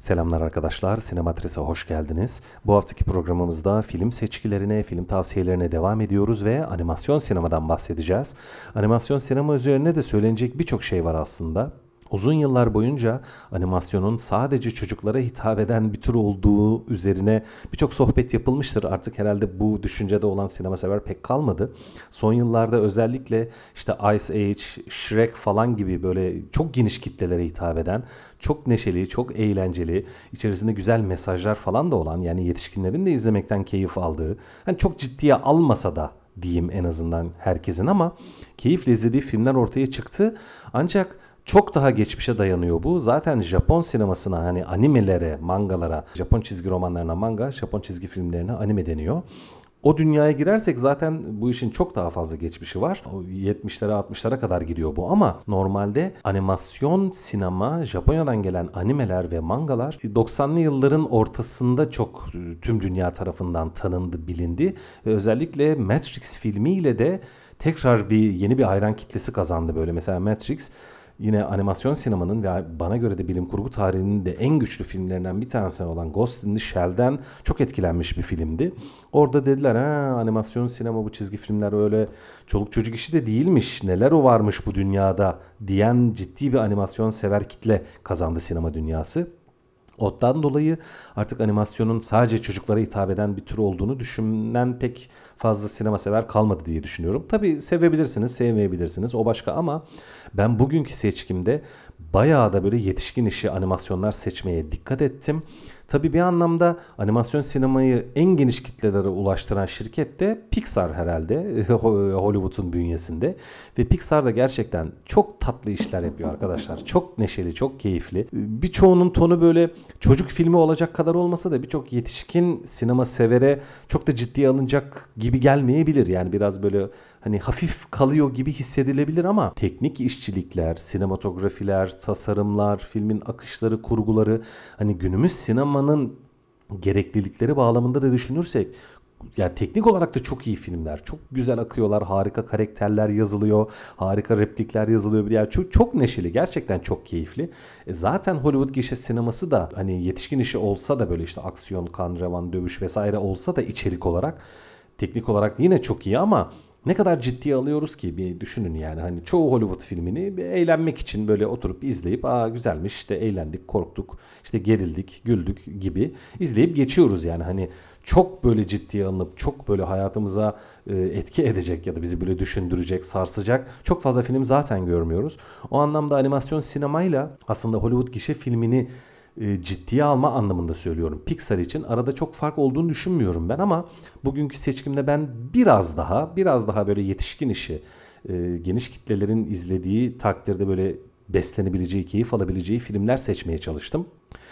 Selamlar arkadaşlar, Sinematris'e hoş geldiniz. Bu haftaki programımızda film seçkilerine, film tavsiyelerine devam ediyoruz ve animasyon sinemadan bahsedeceğiz. Animasyon sinema üzerine de söylenecek birçok şey var aslında. Uzun yıllar boyunca animasyonun sadece çocuklara hitap eden bir tür olduğu üzerine birçok sohbet yapılmıştır. Artık herhalde bu düşüncede olan sinema sever pek kalmadı. Son yıllarda özellikle işte Ice Age, Shrek falan gibi böyle çok geniş kitlelere hitap eden, çok neşeli, çok eğlenceli, içerisinde güzel mesajlar falan da olan, yani yetişkinlerin de izlemekten keyif aldığı, hani çok ciddiye almasa da diyeyim en azından herkesin, ama keyifle izlediği filmler ortaya çıktı. Ancak çok daha geçmişe dayanıyor bu. Zaten Japon sinemasına, hani animelere, mangalara, Japon çizgi romanlarına manga, Japon çizgi filmlerine anime deniyor. O dünyaya girersek zaten bu işin çok daha fazla geçmişi var. O 70'lere 60'lara kadar gidiyor bu, ama normalde animasyon sinema, Japonya'dan gelen animeler ve mangalar 90'lı yılların ortasında çok tüm dünya tarafından tanındı, bilindi ve özellikle Matrix filmiyle de tekrar yeni bir hayran kitlesi kazandı böyle. Mesela Matrix yine animasyon sinemanın ve bana göre de bilim kurgu tarihinin de en güçlü filmlerinden bir tanesi olan Ghost in the Shell'den çok etkilenmiş bir filmdi. Orada dediler, ha, animasyon sinema, bu çizgi filmler öyle çoluk çocuk işi de değilmiş, neler o varmış bu dünyada diyen ciddi bir animasyon sever kitle kazandı sinema dünyası. Ondan dolayı artık animasyonun sadece çocuklara hitap eden bir tür olduğunu düşünen pek fazla sinema sever kalmadı diye düşünüyorum. Tabii sevebilirsiniz, sevmeyebilirsiniz, o başka, ama ben bugünkü seçkimde bayağı da böyle yetişkin işi animasyonlar seçmeye dikkat ettim. Tabii bir anlamda animasyon sinemayı en geniş kitlelere ulaştıran şirket de Pixar herhalde, Hollywood'un bünyesinde. Ve Pixar da gerçekten çok tatlı işler yapıyor arkadaşlar. Çok neşeli, çok keyifli. Birçoğunun tonu böyle çocuk filmi olacak kadar olmasa da birçok yetişkin sinema severe çok da ciddiye alınacak gibi gelmeyebilir. Yani biraz böyle hani hafif kalıyor gibi hissedilebilir, ama teknik işçilikler, sinematografiler, tasarımlar, filmin akışları, kurguları, hani günümüz sinemanın gereklilikleri bağlamında da düşünürsek, yani teknik olarak da çok iyi filmler. Çok güzel akıyorlar. Harika karakterler yazılıyor. Harika replikler yazılıyor. Yani çok neşeli. Gerçekten çok keyifli. Zaten Hollywood gişe sineması da hani yetişkin işi olsa da, böyle işte aksiyon, kan revan, dövüş vesaire olsa da içerik olarak, teknik olarak yine çok iyi, ama ne kadar ciddiye alıyoruz ki, bir düşünün yani. Hani çoğu Hollywood filmini bir eğlenmek için böyle oturup izleyip, aa güzelmiş işte, eğlendik, korktuk, işte gerildik, güldük gibi izleyip geçiyoruz yani. Hani çok böyle ciddiye alınıp çok böyle hayatımıza etki edecek ya da bizi böyle düşündürecek, sarsacak çok fazla film zaten görmüyoruz. O anlamda animasyon sinemayla aslında Hollywood gişe filmini ciddiye alma anlamında söylüyorum. Pixar için arada çok fark olduğunu düşünmüyorum ben, ama bugünkü seçkimde ben biraz daha böyle yetişkin işi, geniş kitlelerin izlediği takdirde böyle beslenebileceği, keyif alabileceği filmler seçmeye çalıştım.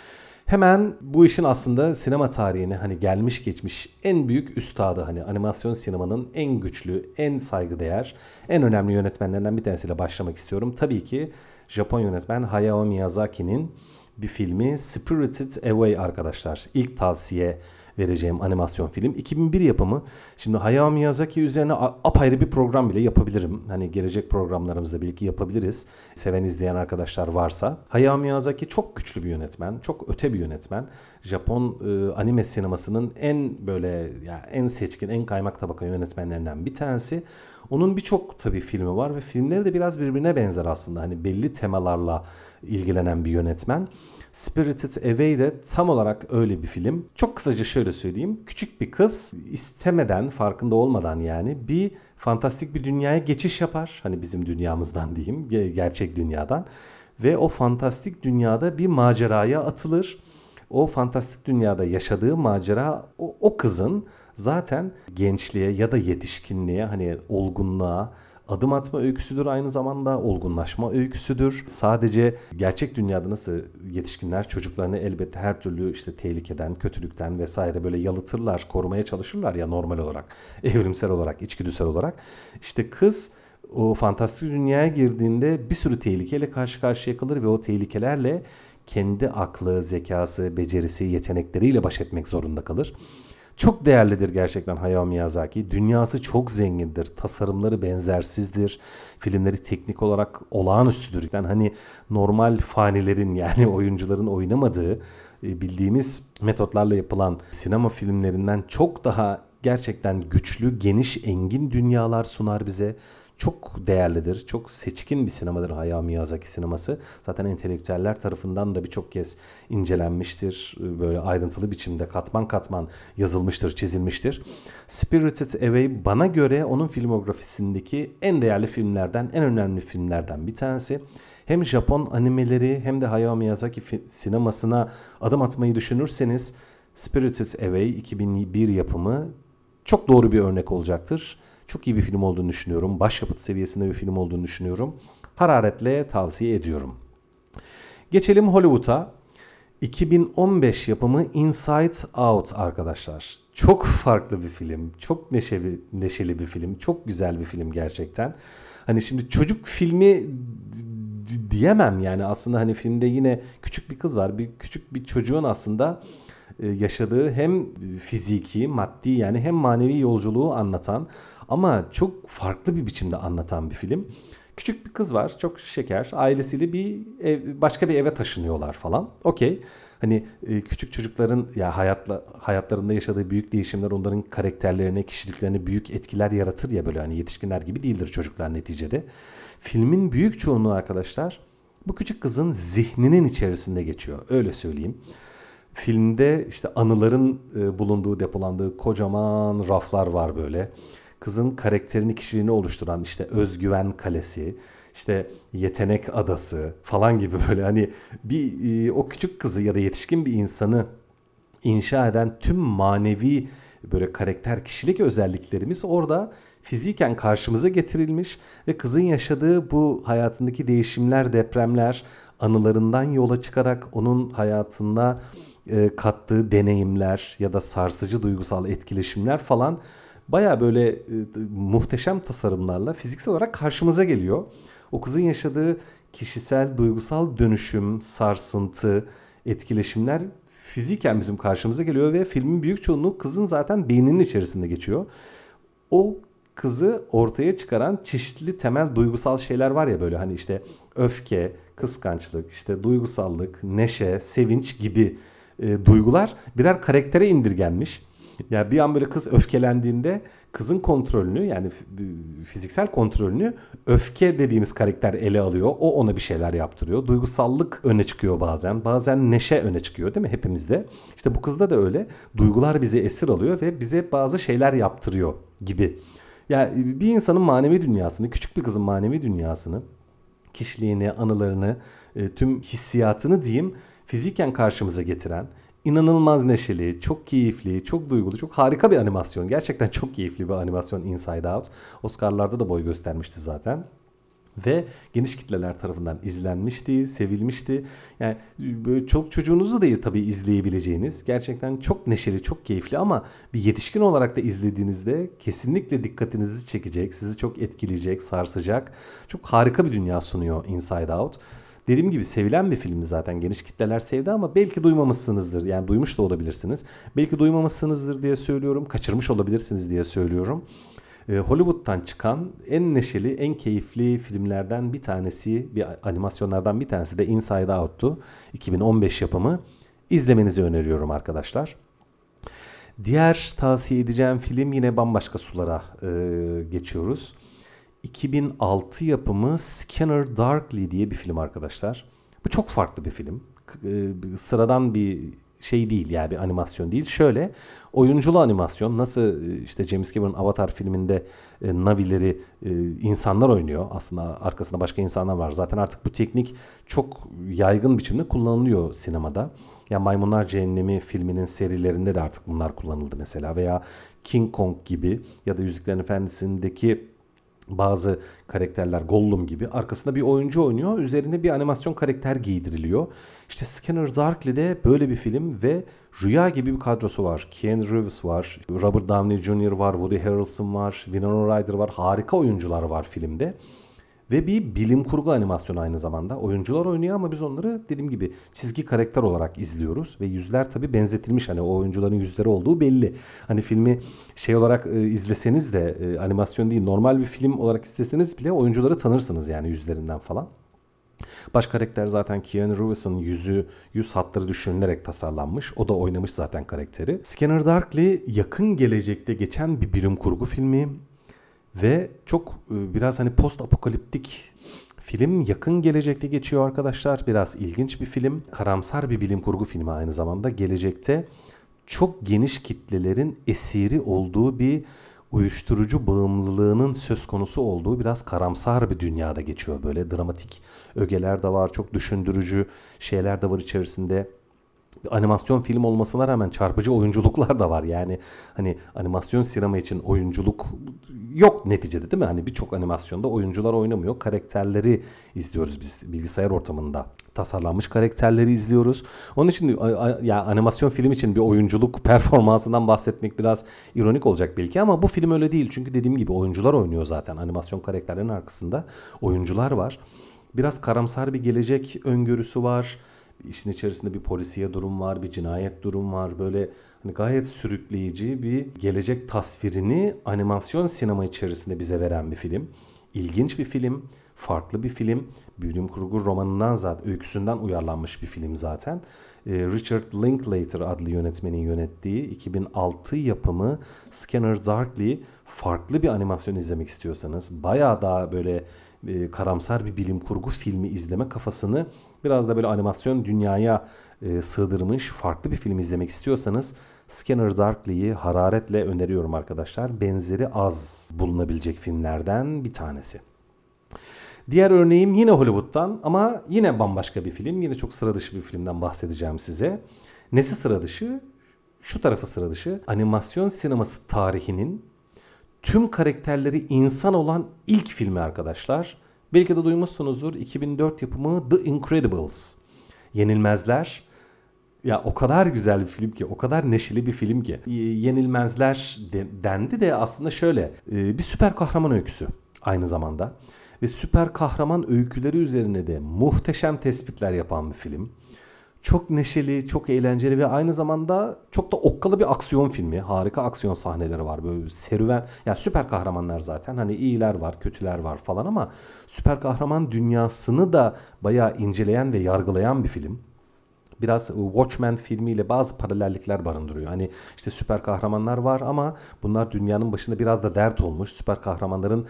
Hemen bu işin aslında sinema tarihine hani gelmiş geçmiş en büyük üstadı, hani animasyon sinemanın en güçlü, en saygıdeğer, en önemli yönetmenlerinden bir tanesiyle başlamak istiyorum. Tabii ki Japon yönetmen Hayao Miyazaki'nin bir filmi Spirited Away arkadaşlar. İlk tavsiye vereceğim animasyon film. 2001 yapımı. Şimdi Hayao Miyazaki üzerine apayrı bir program bile yapabilirim. Hani gelecek programlarımızda belki yapabiliriz. Seven izleyen arkadaşlar varsa. Hayao Miyazaki çok güçlü bir yönetmen. Çok öte bir yönetmen. Japon anime sinemasının en böyle, ya en seçkin, en kaymak tabaka yönetmenlerinden bir tanesi. Onun birçok tabii filmi var ve filmleri de biraz birbirine benzer aslında. Hani belli temalarla ilgilenen bir yönetmen. Spirited Away de tam olarak öyle bir film. Çok kısaca şöyle söyleyeyim. Küçük bir kız istemeden, farkında olmadan yani, bir fantastik bir dünyaya geçiş yapar. Hani bizim dünyamızdan diyeyim, gerçek dünyadan. Ve o fantastik dünyada bir maceraya atılır. O fantastik dünyada yaşadığı macera o kızın zaten gençliğe ya da yetişkinliğe, hani olgunluğa adım atma öyküsüdür, aynı zamanda olgunlaşma öyküsüdür. Sadece gerçek dünyada nasıl yetişkinler çocuklarını elbette her türlü işte tehlikeden, kötülükten vesaire böyle yalıtırlar, korumaya çalışırlar ya, normal olarak, evrimsel olarak, içgüdüsel olarak. İşte kız o fantastik dünyaya girdiğinde bir sürü tehlikeyle karşı karşıya kalır ve o tehlikelerle kendi aklı, zekası, becerisi, yetenekleriyle baş etmek zorunda kalır. Çok değerlidir gerçekten Hayao Miyazaki. Dünyası çok zengindir. Tasarımları benzersizdir. Filmleri teknik olarak olağanüstüdür. Yani hani normal fanilerin yani oyuncuların oynamadığı bildiğimiz metotlarla yapılan sinema filmlerinden çok daha gerçekten güçlü, geniş, engin dünyalar sunar bize. Çok değerlidir. Çok seçkin bir sinemadır Hayao Miyazaki sineması. Zaten entelektüeller tarafından da birçok kez incelenmiştir. Böyle ayrıntılı biçimde katman katman yazılmıştır, çizilmiştir. Spirited Away bana göre onun filmografisindeki en değerli filmlerden, en önemli filmlerden bir tanesi. Hem Japon animeleri hem de Hayao Miyazaki sinemasına adım atmayı düşünürseniz Spirited Away 2001 yapımı çok doğru bir örnek olacaktır. Çok iyi bir film olduğunu düşünüyorum. Başyapıt seviyesinde bir film olduğunu düşünüyorum. Hararetle tavsiye ediyorum. Geçelim Hollywood'a. 2015 yapımı Inside Out arkadaşlar. Çok farklı bir film. Çok neşeli bir film. Çok güzel bir film gerçekten. Hani şimdi çocuk filmi diyemem yani aslında hani filmde yine küçük bir kız var. Küçük bir çocuğun aslında yaşadığı hem fiziki, maddi yani hem manevi yolculuğu anlatan ama çok farklı bir biçimde anlatan bir film. Küçük bir kız var, çok şeker. Ailesiyle başka bir eve taşınıyorlar falan. Okey. Hani küçük çocukların ya hayatlarında yaşadığı büyük değişimler onların karakterlerine, kişiliklerine büyük etkiler yaratır ya böyle hani yetişkinler gibi değildir çocuklar neticede. Filmin büyük çoğunluğu arkadaşlar bu küçük kızın zihninin içerisinde geçiyor. Öyle söyleyeyim. Filmde işte anıların bulunduğu, depolandığı kocaman raflar var böyle. Kızın karakterini, kişiliğini oluşturan işte özgüven kalesi, işte yetenek adası falan gibi böyle hani o küçük kızı ya da yetişkin bir insanı inşa eden tüm manevi böyle karakter, kişilik özelliklerimiz orada fiziken karşımıza getirilmiş ve kızın yaşadığı bu hayatındaki değişimler, depremler anılarından yola çıkarak onun hayatında kattığı deneyimler ya da sarsıcı duygusal etkileşimler falan baya böyle muhteşem tasarımlarla fiziksel olarak karşımıza geliyor. O kızın yaşadığı kişisel, duygusal dönüşüm, sarsıntı, etkileşimler fiziken bizim karşımıza geliyor ve filmin büyük çoğunluğu kızın zaten beyninin içerisinde geçiyor. O kızı ortaya çıkaran çeşitli temel duygusal şeyler var ya böyle hani işte öfke, kıskançlık, işte duygusallık, neşe, sevinç gibi duygular birer karaktere indirgenmiş. Yani bir an böyle kız öfkelendiğinde kızın kontrolünü yani fiziksel kontrolünü öfke dediğimiz karakter ele alıyor. O ona bir şeyler yaptırıyor. Duygusallık öne çıkıyor bazen. Bazen neşe öne çıkıyor değil mi hepimizde? İşte bu kızda da öyle. Duygular bizi esir alıyor ve bize bazı şeyler yaptırıyor gibi. Yani bir insanın manevi dünyasını, küçük bir kızın manevi dünyasını, kişiliğini, anılarını, tüm hissiyatını diyeyim fiziken karşımıza getiren inanılmaz neşeli, çok keyifli, çok duygulu, çok harika bir animasyon. Gerçekten çok keyifli bir animasyon Inside Out. Oscar'larda da boy göstermişti zaten. Ve geniş kitleler tarafından izlenmişti, sevilmişti. Yani böyle çok çocuğunuzu da tabii izleyebileceğiniz, gerçekten çok neşeli, çok keyifli ama bir yetişkin olarak da izlediğinizde kesinlikle dikkatinizi çekecek, sizi çok etkileyecek, sarsacak. Çok harika bir dünya sunuyor Inside Out. Dediğim gibi sevilen bir filmdi zaten. Geniş kitleler sevdi ama belki duymamışsınızdır. Yani duymuş da olabilirsiniz. Belki duymamışsınızdır diye söylüyorum. Kaçırmış olabilirsiniz diye söylüyorum. Hollywood'dan çıkan en neşeli, en keyifli filmlerden bir tanesi, bir animasyonlardan bir tanesi de Inside Out'tu. 2015 yapımı. İzlemenizi öneriyorum arkadaşlar. Diğer tavsiye edeceğim film yine bambaşka sulara geçiyoruz. 2006 yapımı Scanner Darkly diye bir film arkadaşlar. Bu çok farklı bir film. Sıradan bir şey değil yani bir animasyon değil. Şöyle oyunculu animasyon nasıl işte James Cameron Avatar filminde Navi'leri insanlar oynuyor. Aslında arkasında başka insanlar var. Zaten artık bu teknik çok yaygın biçimde kullanılıyor sinemada. Ya Maymunlar Cehennemi filminin serilerinde de artık bunlar kullanıldı mesela veya King Kong gibi ya da Yüzüklerin Efendisi'ndeki bazı karakterler Gollum gibi arkasında bir oyuncu oynuyor. Üzerine bir animasyon karakter giydiriliyor. İşte Scanner Darkly'de böyle bir film ve rüya gibi bir kadrosu var. Keanu Reeves var, Robert Downey Jr. var, Woody Harrelson var, Winona Ryder var. Harika oyuncular var filmde. Ve bir bilim kurgu animasyonu aynı zamanda. Oyuncular oynuyor ama biz onları dediğim gibi çizgi karakter olarak izliyoruz. Ve yüzler tabii benzetilmiş. Hani o oyuncuların yüzleri olduğu belli. Hani filmi şey olarak izleseniz de animasyon değil normal bir film olarak izleseniz bile oyuncuları tanırsınız yani yüzlerinden falan. Baş karakter zaten Keanu Reeves'ın yüz hatları düşünülerek tasarlanmış. O da oynamış zaten karakteri. Scanner Darkly yakın gelecekte geçen bir bilim kurgu filmi ve çok biraz hani post apokaliptik film yakın gelecekte geçiyor arkadaşlar. Biraz ilginç bir film. Karamsar bir bilim kurgu filmi aynı zamanda. Gelecekte çok geniş kitlelerin esiri olduğu bir uyuşturucu bağımlılığının söz konusu olduğu biraz karamsar bir dünyada geçiyor. Böyle dramatik ögeler de var, çok düşündürücü şeyler de var içerisinde. Animasyon film olmasına rağmen çarpıcı oyunculuklar da var. Yani hani animasyon sinema için oyunculuk yok neticede değil mi? Hani birçok animasyonda oyuncular oynamıyor. Karakterleri izliyoruz biz bilgisayar ortamında. Tasarlanmış karakterleri izliyoruz. Onun için ya animasyon film için bir oyunculuk performansından bahsetmek biraz ironik olacak belki ama bu film öyle değil. Çünkü dediğim gibi oyuncular oynuyor zaten. Animasyon karakterlerinin arkasında oyuncular var. Biraz karamsar bir gelecek öngörüsü var. İşin içerisinde bir polisiye durum var, bir cinayet durum var. Böyle hani gayet sürükleyici bir gelecek tasvirini animasyon sinema içerisinde bize veren bir film. İlginç bir film, farklı bir film. Bilim kurgu romanından zaten, öyküsünden uyarlanmış bir film zaten. Richard Linklater adlı yönetmenin yönettiği 2006 yapımı Scanner Darkly farklı bir animasyon izlemek istiyorsanız, bayağı daha böyle karamsar bir bilim kurgu filmi izleme kafasını biraz da böyle animasyon dünyaya sığdırmış farklı bir film izlemek istiyorsanız Scanner Darkly'yi hararetle öneriyorum arkadaşlar. Benzeri az bulunabilecek filmlerden bir tanesi. Diğer örneğim yine Hollywood'dan ama yine bambaşka bir film. Yine çok sıra dışı bir filmden bahsedeceğim size. Nesi sıra dışı? Şu tarafı sıra dışı. Animasyon sineması tarihinin tüm karakterleri insan olan ilk filmi arkadaşlar. Belki de duymuşsunuzdur. 2004 yapımı The Incredibles. Yenilmezler. Ya o kadar güzel bir film ki, o kadar neşeli bir film ki. Yenilmezler dendi de aslında şöyle bir süper kahraman öyküsü aynı zamanda. Ve süper kahraman öyküleri üzerine de muhteşem tespitler yapan bir film. Çok neşeli, çok eğlenceli ve aynı zamanda çok da okkalı bir aksiyon filmi. Harika aksiyon sahneleri var. Böyle serüven. Ya süper kahramanlar zaten. Hani iyiler var, kötüler var falan ama süper kahraman dünyasını da bayağı inceleyen ve yargılayan bir film. Biraz Watchmen filmiyle bazı paralellikler barındırıyor. Hani işte süper kahramanlar var ama bunlar dünyanın başında biraz da dert olmuş. Süper kahramanların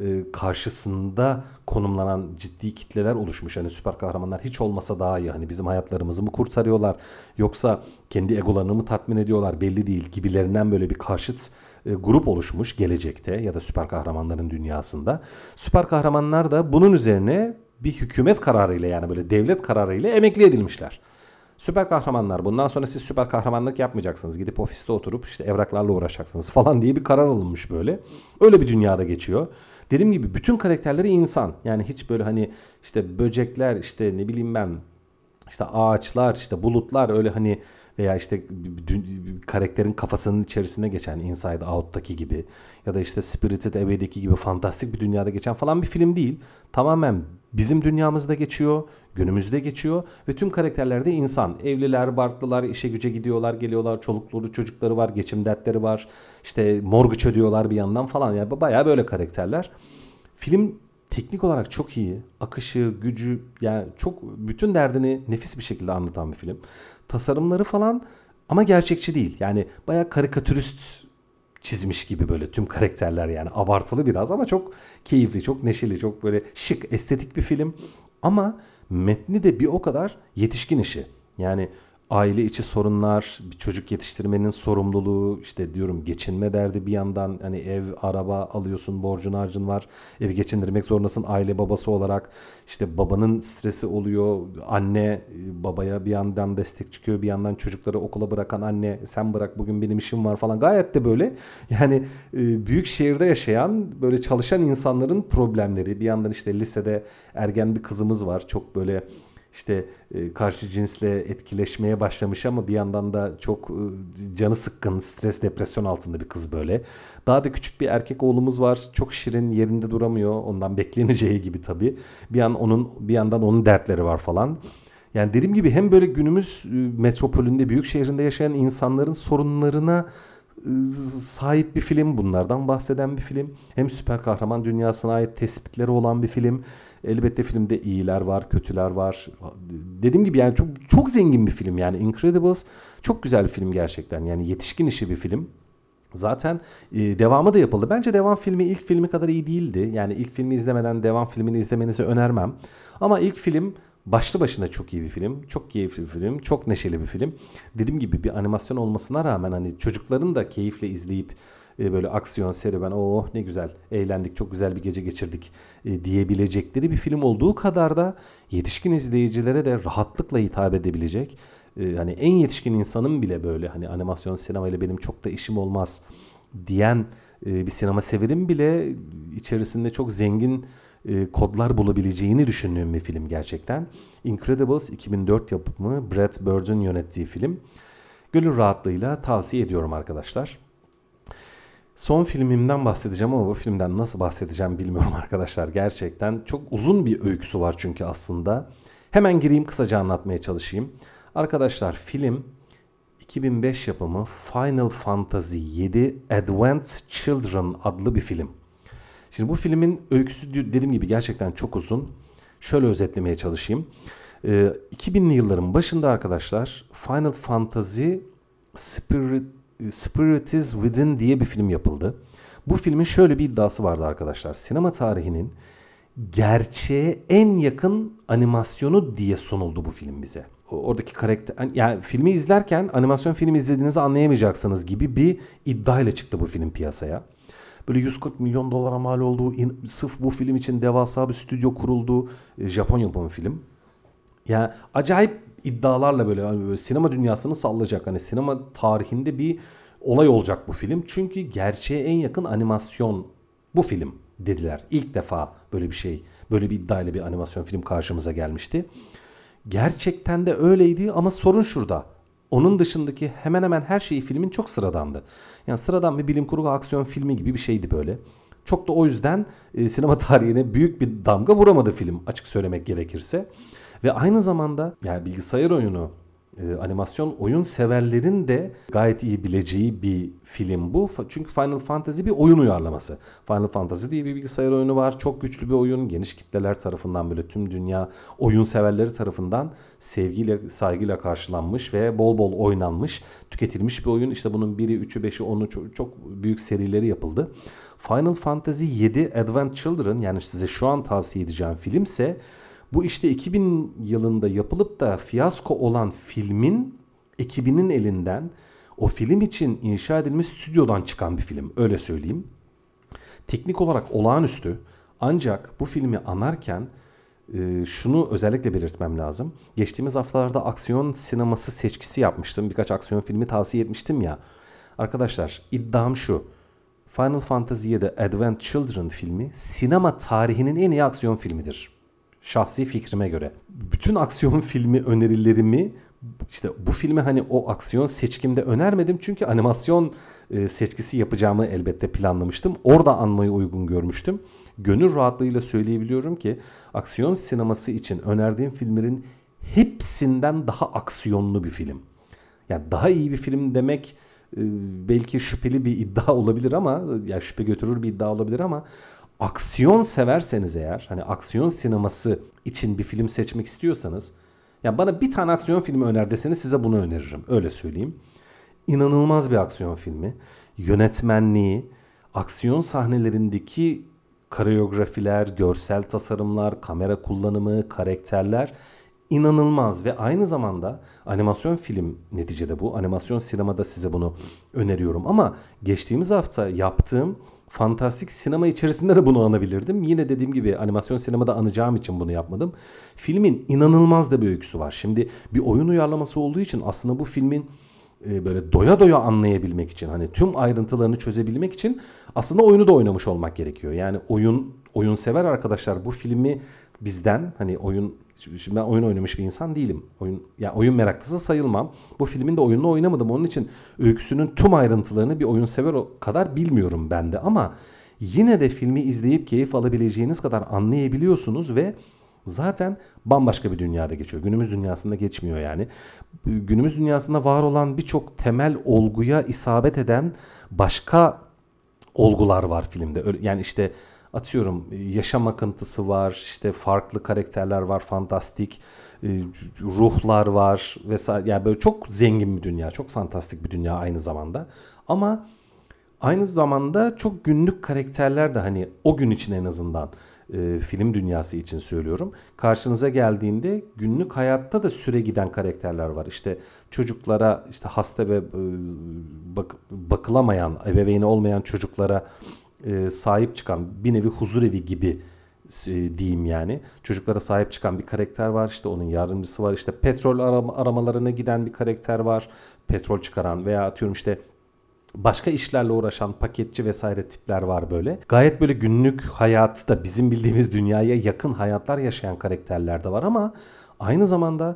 karşısında konumlanan ciddi kitleler oluşmuş. Hani süper kahramanlar hiç olmasa daha iyi. Hani bizim hayatlarımızı mı kurtarıyorlar yoksa kendi egolarını mı tatmin ediyorlar belli değil gibilerinden böyle bir karşıt grup oluşmuş gelecekte ya da süper kahramanların dünyasında. Süper kahramanlar da bunun üzerine bir hükümet kararıyla yani böyle devlet kararıyla emekli edilmişler. Süper kahramanlar bundan sonra siz süper kahramanlık yapmayacaksınız. Gidip ofiste oturup işte evraklarla uğraşacaksınız falan diye bir karar alınmış böyle. Öyle bir dünyada geçiyor. Dediğim gibi bütün karakterleri insan. Yani hiç böyle hani işte böcekler işte ne bileyim ben işte ağaçlar işte bulutlar öyle hani veya işte karakterin kafasının içerisinde geçen Inside Out'taki gibi ya da işte Spirited Away'deki gibi fantastik bir dünyada geçen falan bir film değil. Tamamen bizim dünyamızda geçiyor, günümüzde geçiyor ve tüm karakterler de insan. Evliler, barklılar, işe güce gidiyorlar, geliyorlar, çolukları, çocukları var, geçim dertleri var. İşte mortgage ödüyorlar bir yandan falan. Yani bayağı böyle karakterler. Film teknik olarak çok iyi. Akışı, gücü yani çok bütün derdini nefis bir şekilde anlatan bir film. Tasarımları falan ama gerçekçi değil. Yani bayağı karikatürist çizmiş gibi böyle tüm karakterler yani abartılı biraz ama çok keyifli, çok neşeli, çok böyle şık, estetik bir film. Ama metni de bir o kadar yetişkin işi. Yani aile içi sorunlar, bir çocuk yetiştirmenin sorumluluğu, işte diyorum geçinme derdi bir yandan hani ev, araba alıyorsun, borcun harcın var. Evi geçindirmek zorundasın aile babası olarak. İşte babanın stresi oluyor. Anne babaya bir yandan destek çıkıyor, bir yandan çocukları okula bırakan anne sen bırak bugün benim işim var falan. Gayet de böyle yani büyük şehirde yaşayan böyle çalışan insanların problemleri. Bir yandan işte lisede ergen bir kızımız var. Çok böyle işte karşı cinsle etkileşmeye başlamış ama bir yandan da çok canı sıkkın, stres, depresyon altında bir kız böyle. Daha da küçük bir erkek oğlumuz var. Çok şirin, yerinde duramıyor. Ondan bekleneceği gibi tabii. Bir yandan onun dertleri var falan. Yani dediğim gibi hem böyle günümüz metropolünde, büyük şehrinde yaşayan insanların sorunlarına sahip bir film, bunlardan bahseden bir film. Hem süper kahraman dünyasına ait tespitleri olan bir film. Elbette filmde iyiler var, kötüler var. Dediğim gibi yani çok çok zengin bir film yani Incredibles çok güzel bir film gerçekten. Yani yetişkin işi bir film. Zaten devamı da yapıldı. Bence devam filmi ilk filmi kadar iyi değildi. Yani ilk filmi izlemeden devam filmini izlemenizi önermem. Ama ilk film başlı başına çok iyi bir film. Çok keyifli bir film. Çok neşeli bir film. Dediğim gibi bir animasyon olmasına rağmen hani çocukların da keyifle izleyip böyle aksiyon, serüven, oh ne güzel eğlendik, çok güzel bir gece geçirdik diyebilecekleri bir film olduğu kadar da yetişkin izleyicilere de rahatlıkla hitap edebilecek. Hani en yetişkin insanın bile böyle hani animasyon sinemayla benim çok da işim olmaz diyen bir sinema severim bile içerisinde çok zengin kodlar bulabileceğini düşündüğüm bir film gerçekten. Incredibles 2004 yapımı Brad Bird'ün yönettiği film. Gönül rahatlığıyla tavsiye ediyorum arkadaşlar. Son filmimden bahsedeceğim ama bu filmden nasıl bahsedeceğim bilmiyorum arkadaşlar. Gerçekten çok uzun bir öyküsü var çünkü aslında. Hemen gireyim, kısaca anlatmaya çalışayım. Arkadaşlar film 2005 yapımı Final Fantasy VII Advent Children adlı bir film. Şimdi bu filmin öyküsü dediğim gibi gerçekten çok uzun. Şöyle özetlemeye çalışayım. 2000'li yılların başında arkadaşlar Final Fantasy Spirit is Within diye bir film yapıldı. Bu filmin şöyle bir iddiası vardı arkadaşlar. Sinema tarihinin gerçeğe en yakın animasyonu diye sunuldu bu film bize. Oradaki karakter, yani filmi izlerken animasyon film izlediğinizi anlayamayacaksınız gibi bir iddiayla çıktı bu film piyasaya. Böyle 140 milyon dolara mal olduğu, sırf bu film için devasa bir stüdyo kuruldu. Japon yapımı film. Yani acayip iddialarla böyle, hani böyle sinema dünyasını sallayacak. Hani sinema tarihinde bir olay olacak bu film. Çünkü gerçeğe en yakın animasyon bu film dediler. İlk defa böyle bir şey, böyle bir iddiayla bir animasyon film karşımıza gelmişti. Gerçekten de öyleydi ama sorun şurada. Onun dışındaki hemen hemen her şeyi filmin çok sıradandı. Yani sıradan bir bilim kurgu aksiyon filmi gibi bir şeydi böyle. Çok da o yüzden sinema tarihine büyük bir damga vuramadı film, açık söylemek gerekirse. Ve aynı zamanda yani bilgisayar oyunu, animasyon oyun severlerin de gayet iyi bileceği bir film bu. Çünkü Final Fantasy bir oyun uyarlaması. Final Fantasy diye bir bilgisayar oyunu var. Çok güçlü bir oyun. Geniş kitleler tarafından, böyle tüm dünya oyun severleri tarafından sevgiyle, saygıyla karşılanmış ve bol bol oynanmış, tüketilmiş bir oyun. İşte bunun 1'i, 3'ü, 5'i, 10'u çok büyük serileri yapıldı. Final Fantasy VII Advent Children, yani size şu an tavsiye edeceğim filmse bu işte 2000 yılında yapılıp da fiyasko olan filmin ekibinin elinden o film için inşa edilmiş stüdyodan çıkan bir film. Öyle söyleyeyim. Teknik olarak olağanüstü. Ancak bu filmi anarken şunu özellikle belirtmem lazım. Geçtiğimiz haftalarda aksiyon sineması seçkisi yapmıştım. Birkaç aksiyon filmi tavsiye etmiştim ya. Arkadaşlar iddiam şu. Final Fantasy VII Advent Children filmi sinema tarihinin en iyi aksiyon filmidir. Şahsi fikrime göre. Bütün aksiyon filmi önerilerimi işte bu filmi hani o aksiyon seçkimde önermedim. Çünkü animasyon seçkisi yapacağımı elbette planlamıştım. Orada anmayı uygun görmüştüm. Gönül rahatlığıyla söyleyebiliyorum ki aksiyon sineması için önerdiğim filmlerin hepsinden daha aksiyonlu bir film. Yani daha iyi bir film demek belki şüpheli bir iddia olabilir ama, yani şüphe götürür bir iddia olabilir ama aksiyon severseniz eğer, hani aksiyon sineması için bir film seçmek istiyorsanız, ya bana bir tane aksiyon filmi öner deseniz size bunu öneririm. Öyle söyleyeyim. İnanılmaz bir aksiyon filmi. Yönetmenliği, aksiyon sahnelerindeki koreografiler, görsel tasarımlar, kamera kullanımı, karakterler inanılmaz ve aynı zamanda animasyon film, neticede bu. Animasyon sinemada size bunu öneriyorum ama geçtiğimiz hafta yaptığım fantastik sinema içerisinde de bunu anabilirdim. Yine dediğim gibi animasyon sinemada anacağım için bunu yapmadım. Filmin inanılmaz da bir öyküsü var. Şimdi bir oyun uyarlaması olduğu için aslında bu filmin böyle doya doya anlayabilmek için, hani tüm ayrıntılarını çözebilmek için aslında oyunu da oynamış olmak gerekiyor. Yani oyun sever arkadaşlar bu filmi bizden, hani oyun Şimdi ben oyun oynamış bir insan değilim. Oyun meraklısı sayılmam. Bu filmin de oyununu oynamadım. Onun için öyküsünün tüm ayrıntılarını bir oyun sever kadar bilmiyorum ben de. Ama yine de filmi izleyip keyif alabileceğiniz kadar anlayabiliyorsunuz ve zaten bambaşka bir dünyada geçiyor. Günümüz dünyasında geçmiyor yani. Günümüz dünyasında var olan birçok temel olguya isabet eden başka olgular var filmde. Yani işte atıyorum yaşam akıntısı var, işte farklı karakterler var, fantastik ruhlar var vesaire. Yani böyle çok zengin bir dünya, çok fantastik bir dünya aynı zamanda. Ama aynı zamanda çok günlük karakterler de hani o gün için en azından film dünyası için söylüyorum. Karşınıza geldiğinde günlük hayatta da süre giden karakterler var. İşte çocuklara işte hasta ve bakılamayan, ebeveyni olmayan çocuklara sahip çıkan bir nevi huzurevi gibi diyeyim yani. Çocuklara sahip çıkan bir karakter var. İşte onun yardımcısı var. İşte petrol aramalarına giden bir karakter var. Petrol çıkaran veya atıyorum işte başka işlerle uğraşan paketçi vesaire tipler var böyle. Gayet böyle günlük hayatı da bizim bildiğimiz dünyaya yakın hayatlar yaşayan karakterler de var ama aynı zamanda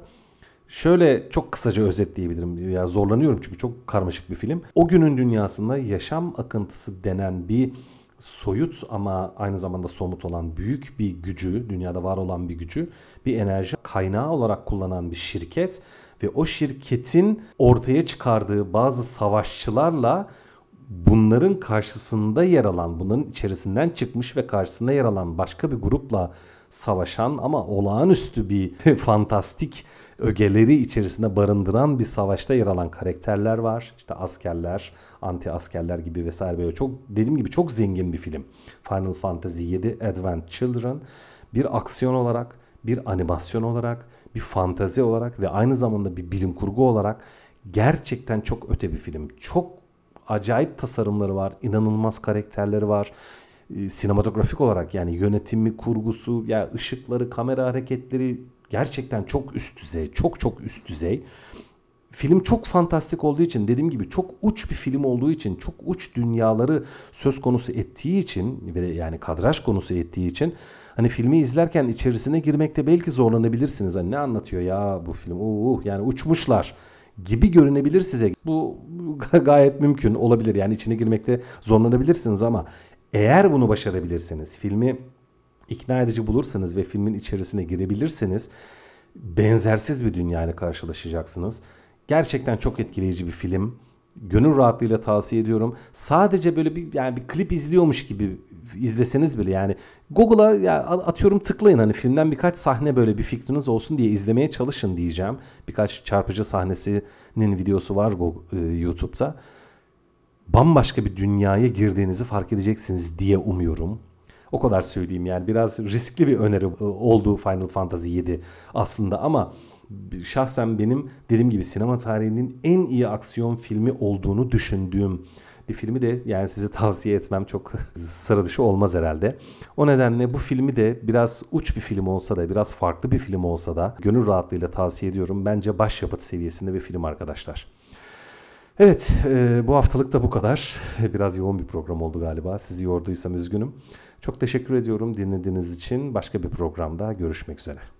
şöyle çok kısaca özetleyebilirim. Ya zorlanıyorum çünkü çok karmaşık bir film. O günün dünyasında yaşam akıntısı denen bir soyut ama aynı zamanda somut olan büyük bir gücü, dünyada var olan bir gücü, bir enerji kaynağı olarak kullanan bir şirket ve o şirketin ortaya çıkardığı bazı savaşçılarla bunların karşısında yer alan, bunların içerisinden çıkmış ve karşısında yer alan başka bir grupla savaşan ama olağanüstü bir fantastik ögeleri içerisinde barındıran bir savaşta yer alan karakterler var. İşte askerler, anti askerler gibi vesaire böyle çok dediğim gibi çok zengin bir film. Final Fantasy 7 Advent Children bir aksiyon olarak, bir animasyon olarak, bir fantazi olarak ve aynı zamanda bir bilim kurgu olarak gerçekten çok öte bir film. Çok acayip tasarımları var, inanılmaz karakterleri var. Sinematografik olarak yani yönetimi, kurgusu, ya ışıkları, kamera hareketleri gerçekten çok üst düzey, çok çok üst düzey. Film çok fantastik olduğu için, dediğim gibi çok uç bir film olduğu için, çok uç dünyaları söz konusu ettiği için ve yani kadraj konusu ettiği için hani filmi izlerken içerisine girmekte belki zorlanabilirsiniz. Hani ne anlatıyor ya bu film? Yani uçmuşlar gibi görünebilir size. Bu gayet mümkün olabilir. Yani içine girmekte zorlanabilirsiniz ama eğer bunu başarabilirseniz, filmi ikna edici bulursanız ve filmin içerisine girebilirseniz benzersiz bir dünyayla karşılaşacaksınız. Gerçekten çok etkileyici bir film. Gönül rahatlığıyla tavsiye ediyorum. Sadece böyle bir klip izliyormuş gibi izleseniz bile yani Google'a ya atıyorum tıklayın hani filmden birkaç sahne böyle bir fikriniz olsun diye izlemeye çalışın diyeceğim. Birkaç çarpıcı sahnesinin videosu var YouTube'da. Bambaşka bir dünyaya girdiğinizi fark edeceksiniz diye umuyorum. O kadar söyleyeyim yani biraz riskli bir öneri olduğu Final Fantasy 7 aslında ama şahsen benim dediğim gibi sinema tarihinin en iyi aksiyon filmi olduğunu düşündüğüm bir filmi de yani size tavsiye etmem çok sıra dışı olmaz herhalde. O nedenle bu filmi de biraz uç bir film olsa da biraz farklı bir film olsa da gönül rahatlığıyla tavsiye ediyorum. Bence başyapıt seviyesinde bir film arkadaşlar. Evet, bu haftalık da bu kadar. Biraz yoğun bir program oldu galiba. Sizi yorduysam üzgünüm. Çok teşekkür ediyorum dinlediğiniz için. Başka bir programda görüşmek üzere.